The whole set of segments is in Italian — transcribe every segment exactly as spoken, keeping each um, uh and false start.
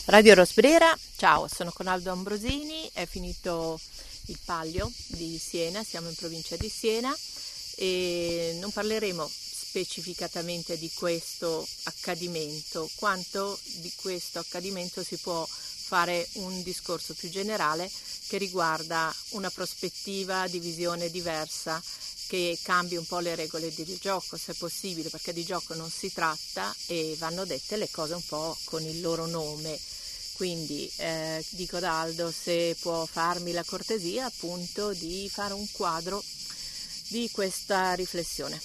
Radio Rosbrera, ciao, sono con Aldo Ambrosini, è finito il Palio di Siena, siamo in provincia di Siena e non parleremo specificatamente di questo accadimento, quanto di questo accadimento si può fare un discorso più generale che riguarda una prospettiva di visione diversa che cambi un po' le regole del gioco, se possibile, perché di gioco non si tratta e vanno dette le cose un po' con il loro nome. Quindi eh, dico ad Aldo se può farmi la cortesia appunto di fare un quadro di questa riflessione.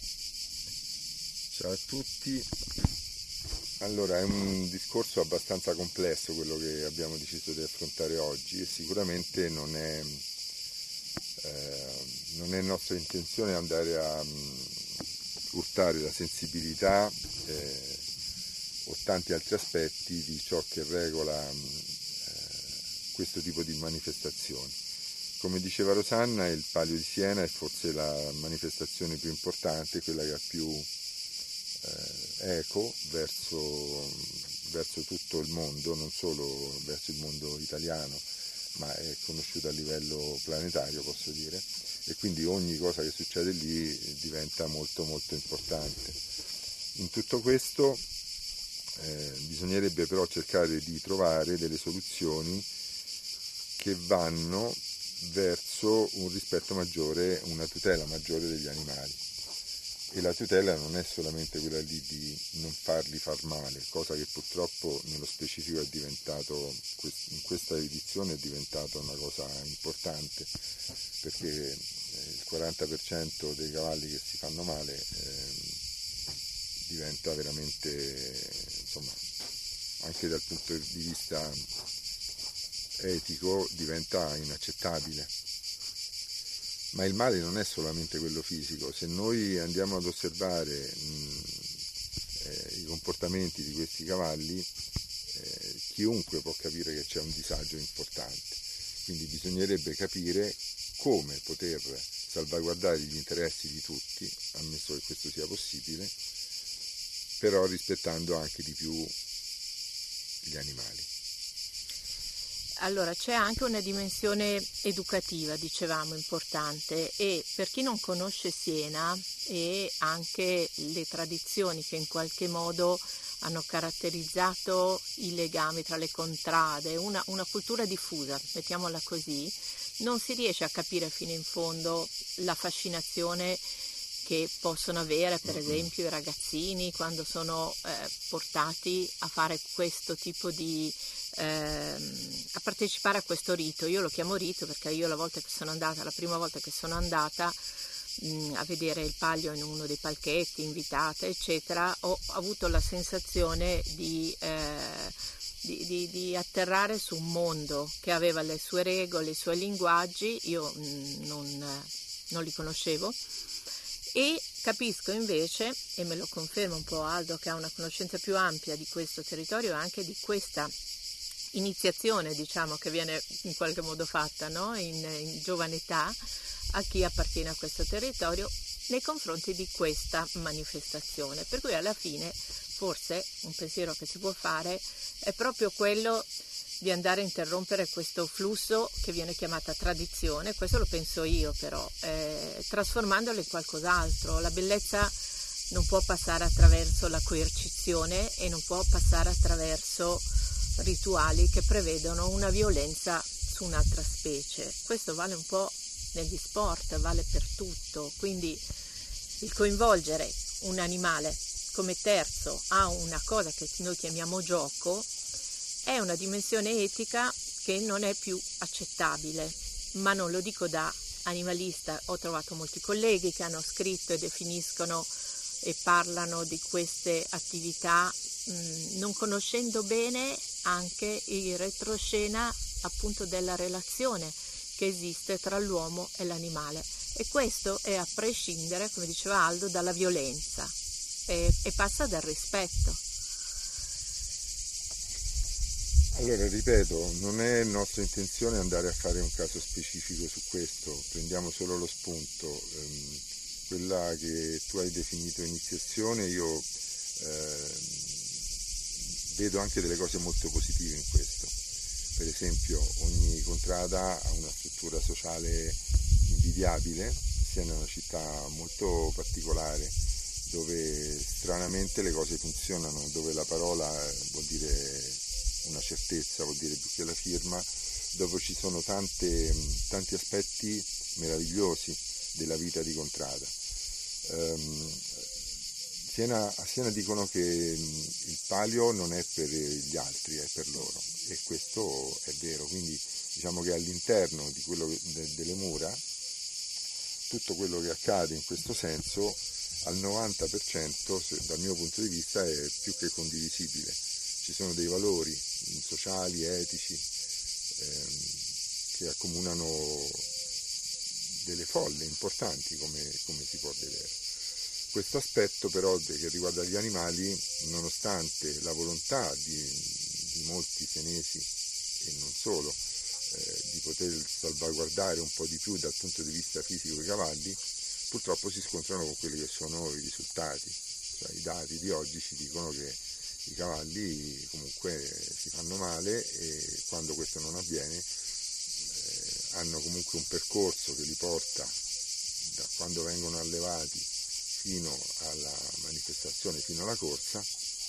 Ciao a tutti. Allora, è un discorso abbastanza complesso quello che abbiamo deciso di affrontare oggi e sicuramente non è, eh, non è nostra intenzione andare a um, urtare la sensibilità eh, o tanti altri aspetti di ciò che regola eh, questo tipo di manifestazioni. Come diceva Rosanna, il Palio di Siena è forse la manifestazione più importante, quella che ha più eh, eco verso, verso tutto il mondo, non solo verso il mondo italiano, ma è conosciuta a livello planetario, posso dire, e quindi ogni cosa che succede lì diventa molto molto importante. In tutto questo Eh, bisognerebbe però cercare di trovare delle soluzioni che vanno verso un rispetto maggiore, una tutela maggiore degli animali. E la tutela non è solamente quella lì di non farli far male, cosa che purtroppo nello specifico è diventato, in questa edizione è diventata una cosa importante, perché il quaranta per cento dei cavalli che si fanno male eh, diventa veramente, insomma, anche dal punto di vista etico diventa inaccettabile. Ma il male non è solamente quello fisico. Se noi andiamo ad osservare mh, eh, i comportamenti di questi cavalli, eh, chiunque può capire che c'è un disagio importante. Quindi bisognerebbe capire come poter salvaguardare gli interessi di tutti, ammesso che questo sia possibile, però rispettando anche di più gli animali. Allora, c'è anche una dimensione educativa, dicevamo, importante, e per chi non conosce Siena e anche le tradizioni che in qualche modo hanno caratterizzato i legami tra le contrade, una, una cultura diffusa, mettiamola così, non si riesce a capire fino in fondo la fascinazione che possono avere per esempio i ragazzini quando sono eh, portati a fare questo tipo di ehm, a partecipare a questo rito. Io lo chiamo rito perché io la volta che sono andata, la prima volta che sono andata mh, a vedere il Palio in uno dei palchetti, invitata eccetera, ho avuto la sensazione di eh, Di, di, di atterrare su un mondo che aveva le sue regole, i suoi linguaggi, io mh, non, non li conoscevo. E capisco invece, e me lo conferma un po' Aldo che ha una conoscenza più ampia di questo territorio e anche di questa iniziazione, diciamo, che viene in qualche modo fatta, no? in, in giovane età a chi appartiene a questo territorio nei confronti di questa manifestazione. Per cui alla fine forse un pensiero che si può fare è proprio quello di andare a interrompere questo flusso che viene chiamata tradizione, questo lo penso io però, eh, trasformandolo in qualcos'altro. La bellezza non può passare attraverso la coercizione e non può passare attraverso rituali che prevedono una violenza su un'altra specie. Questo vale un po' negli sport, vale per tutto, quindi il coinvolgere un animale come terzo a una cosa che noi chiamiamo gioco è una dimensione etica che non è più accettabile, ma non lo dico da animalista. Ho trovato molti colleghi che hanno scritto e definiscono e parlano di queste attività mh, non conoscendo bene anche il retroscena appunto della relazione che esiste tra l'uomo e l'animale, e questo è a prescindere, come diceva Aldo, dalla violenza e, e passa dal rispetto. Allora, ripeto, non è nostra intenzione andare a fare un caso specifico su questo, prendiamo solo lo spunto. Ehm, quella che tu hai definito iniziazione, io eh, vedo anche delle cose molto positive in questo. Per esempio ogni contrada ha una struttura sociale invidiabile, Siena è una città molto particolare, dove stranamente le cose funzionano, dove la parola vuol dire una certezza, vuol dire più che la firma, dove ci sono tante, tanti aspetti meravigliosi della vita di contrada. Um, Siena, a Siena dicono che il palio non è per gli altri, è per loro, e questo è vero, quindi diciamo che all'interno di quello, de, delle mura tutto quello che accade in questo senso al novanta per cento dal mio punto di vista è più che condivisibile. Ci sono dei valori sociali, etici, ehm, che accomunano delle folle importanti, come, come si può vedere. Questo aspetto però che riguarda gli animali, nonostante la volontà di, di molti senesi e non solo, eh, di poter salvaguardare un po' di più dal punto di vista fisico i cavalli, purtroppo si scontrano con quelli che sono i risultati. Cioè, i dati di oggi ci dicono che i cavalli comunque si fanno male, e quando questo non avviene eh, hanno comunque un percorso che li porta da quando vengono allevati fino alla manifestazione, fino alla corsa,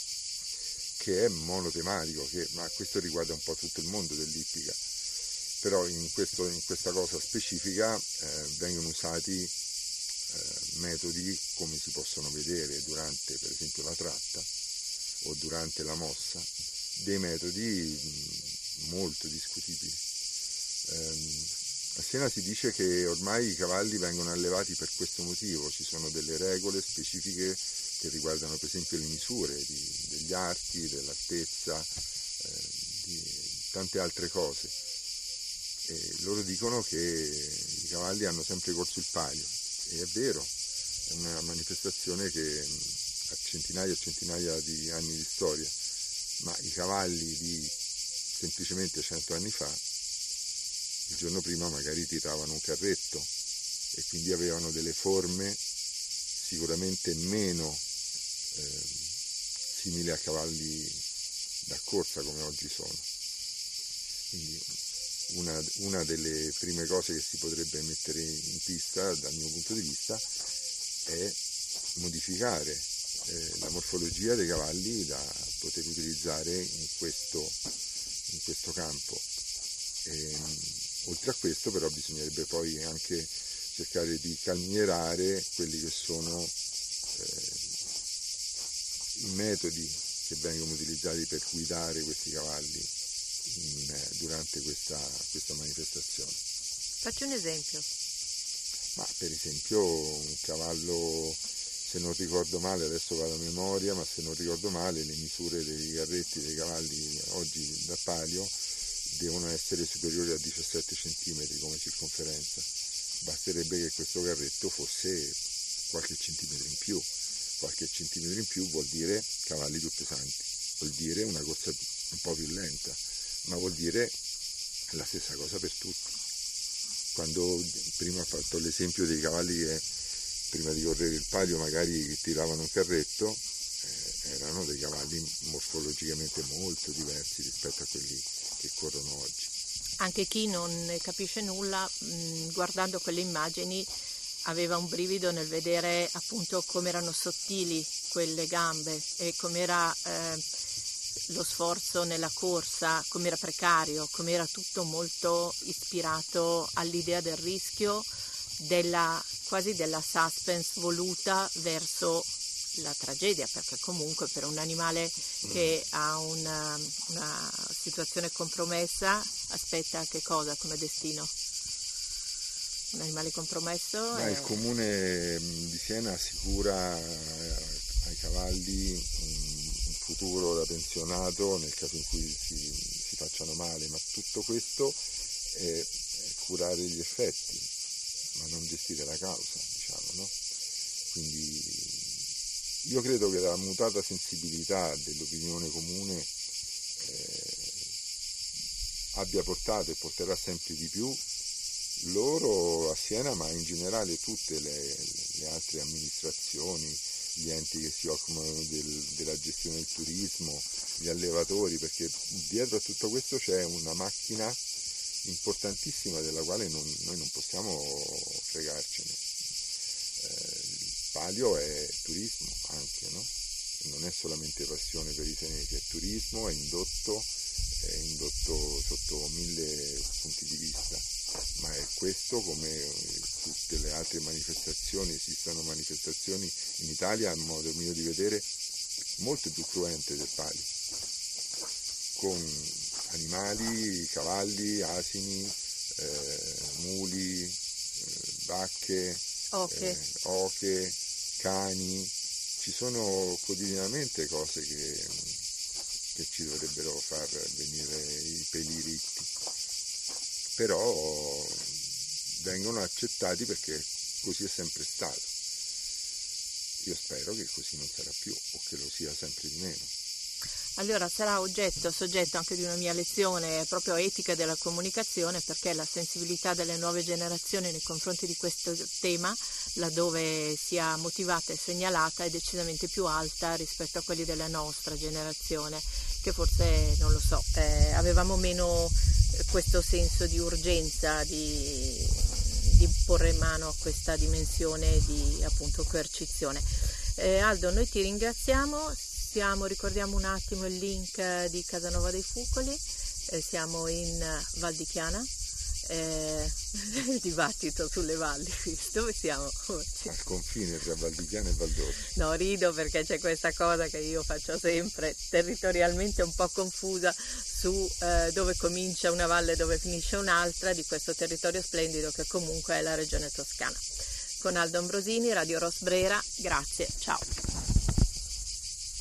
che è monotematico, che, ma questo riguarda un po' tutto il mondo dell'ippica, però in, questo, in questa cosa specifica eh, vengono usati eh, metodi, come si possono vedere durante per esempio la tratta o durante la mossa, dei metodi mh, molto discutibili. Ehm, A Siena si dice che ormai i cavalli vengono allevati per questo motivo, ci sono delle regole specifiche che riguardano per esempio le misure di, degli archi, dell'altezza, eh, di tante altre cose. E loro dicono che i cavalli hanno sempre corso il palio, e è vero, è una manifestazione che ha centinaia e centinaia di anni di storia, ma i cavalli di semplicemente cento anni fa, il giorno prima magari tiravano un carretto e quindi avevano delle forme sicuramente meno eh, simili a cavalli da corsa come oggi sono. Quindi una, una delle prime cose che si potrebbe mettere in pista dal mio punto di vista è modificare eh, la morfologia dei cavalli da poter utilizzare in questo, in questo campo. E, oltre a questo però bisognerebbe poi anche cercare di calmierare quelli che sono eh, i metodi che vengono utilizzati per guidare questi cavalli in, eh, durante questa, questa manifestazione. Faccio un esempio. Ma per esempio un cavallo, se non ricordo male, adesso vado a memoria, ma se non ricordo male le misure dei carretti dei cavalli oggi da palio devono essere superiori a diciassette centimetri come circonferenza. Basterebbe che questo carretto fosse qualche centimetro in più. Qualche centimetro in più vuol dire cavalli più pesanti, vuol dire una corsa un po' più lenta, ma vuol dire la stessa cosa per tutti. Quando prima ho fatto l'esempio dei cavalli che prima di correre il palio magari tiravano un carretto, eh, erano dei cavalli morfologicamente molto diversi rispetto a quelli che corrono oggi. Anche chi non ne capisce nulla, mh, guardando quelle immagini, aveva un brivido nel vedere appunto come erano sottili quelle gambe e com'era eh, lo sforzo nella corsa, com'era precario, com'era tutto molto ispirato all'idea del rischio, della, quasi della suspense voluta verso la tragedia, perché comunque per un animale che ha una, una situazione compromessa aspetta che cosa come destino? Un animale compromesso? Ma è... il comune di Siena assicura ai cavalli un, un futuro da pensionato nel caso in cui si, si facciano male, ma tutto questo è, è curare gli effetti, ma non gestire la causa, diciamo, no? Quindi io credo che la mutata sensibilità dell'opinione comune eh, abbia portato e porterà sempre di più loro a Siena, ma in generale tutte le, le altre amministrazioni, gli enti che si occupano del, della gestione del turismo, gli allevatori, perché dietro a tutto questo c'è una macchina importantissima della quale non, noi non possiamo fregarcene. Eh, il palio è turismo anche, no? Non è solamente passione per i senesi, è turismo, è indotto, è indotto sotto mille punti di vista, ma è questo, come tutte le altre manifestazioni. Esistono manifestazioni in Italia, a modo mio di vedere, molto più cruente del palio, con animali, cavalli, asini, eh, muli, eh, vacche, oche. Eh, oche, cani. Ci sono quotidianamente cose che, che ci dovrebbero far venire i peli ritti, però vengono accettati perché così è sempre stato. Io spero che così non sarà più, o che lo sia sempre di meno. Allora sarà oggetto, soggetto anche di una mia lezione proprio etica della comunicazione, perché la sensibilità delle nuove generazioni nei confronti di questo tema, laddove sia motivata e segnalata, è decisamente più alta rispetto a quelli della nostra generazione, che forse, non lo so, eh, avevamo meno questo senso di urgenza, di, di porre mano a questa dimensione di appunto coercizione. Eh, Aldo, noi ti ringraziamo. Siamo, ricordiamo un attimo il link di Casanova dei Fucoli, eh, siamo in Val di Chiana, eh, il dibattito sulle valli, dove siamo? Al confine tra Val di Chiana e Val d'Orso. No, rido perché c'è questa cosa che io faccio sempre, territorialmente un po' confusa, su eh, dove comincia una valle e dove finisce un'altra, di questo territorio splendido che comunque è la regione toscana. Con Aldo Ambrosini, Radio Ros Brera, grazie, ciao.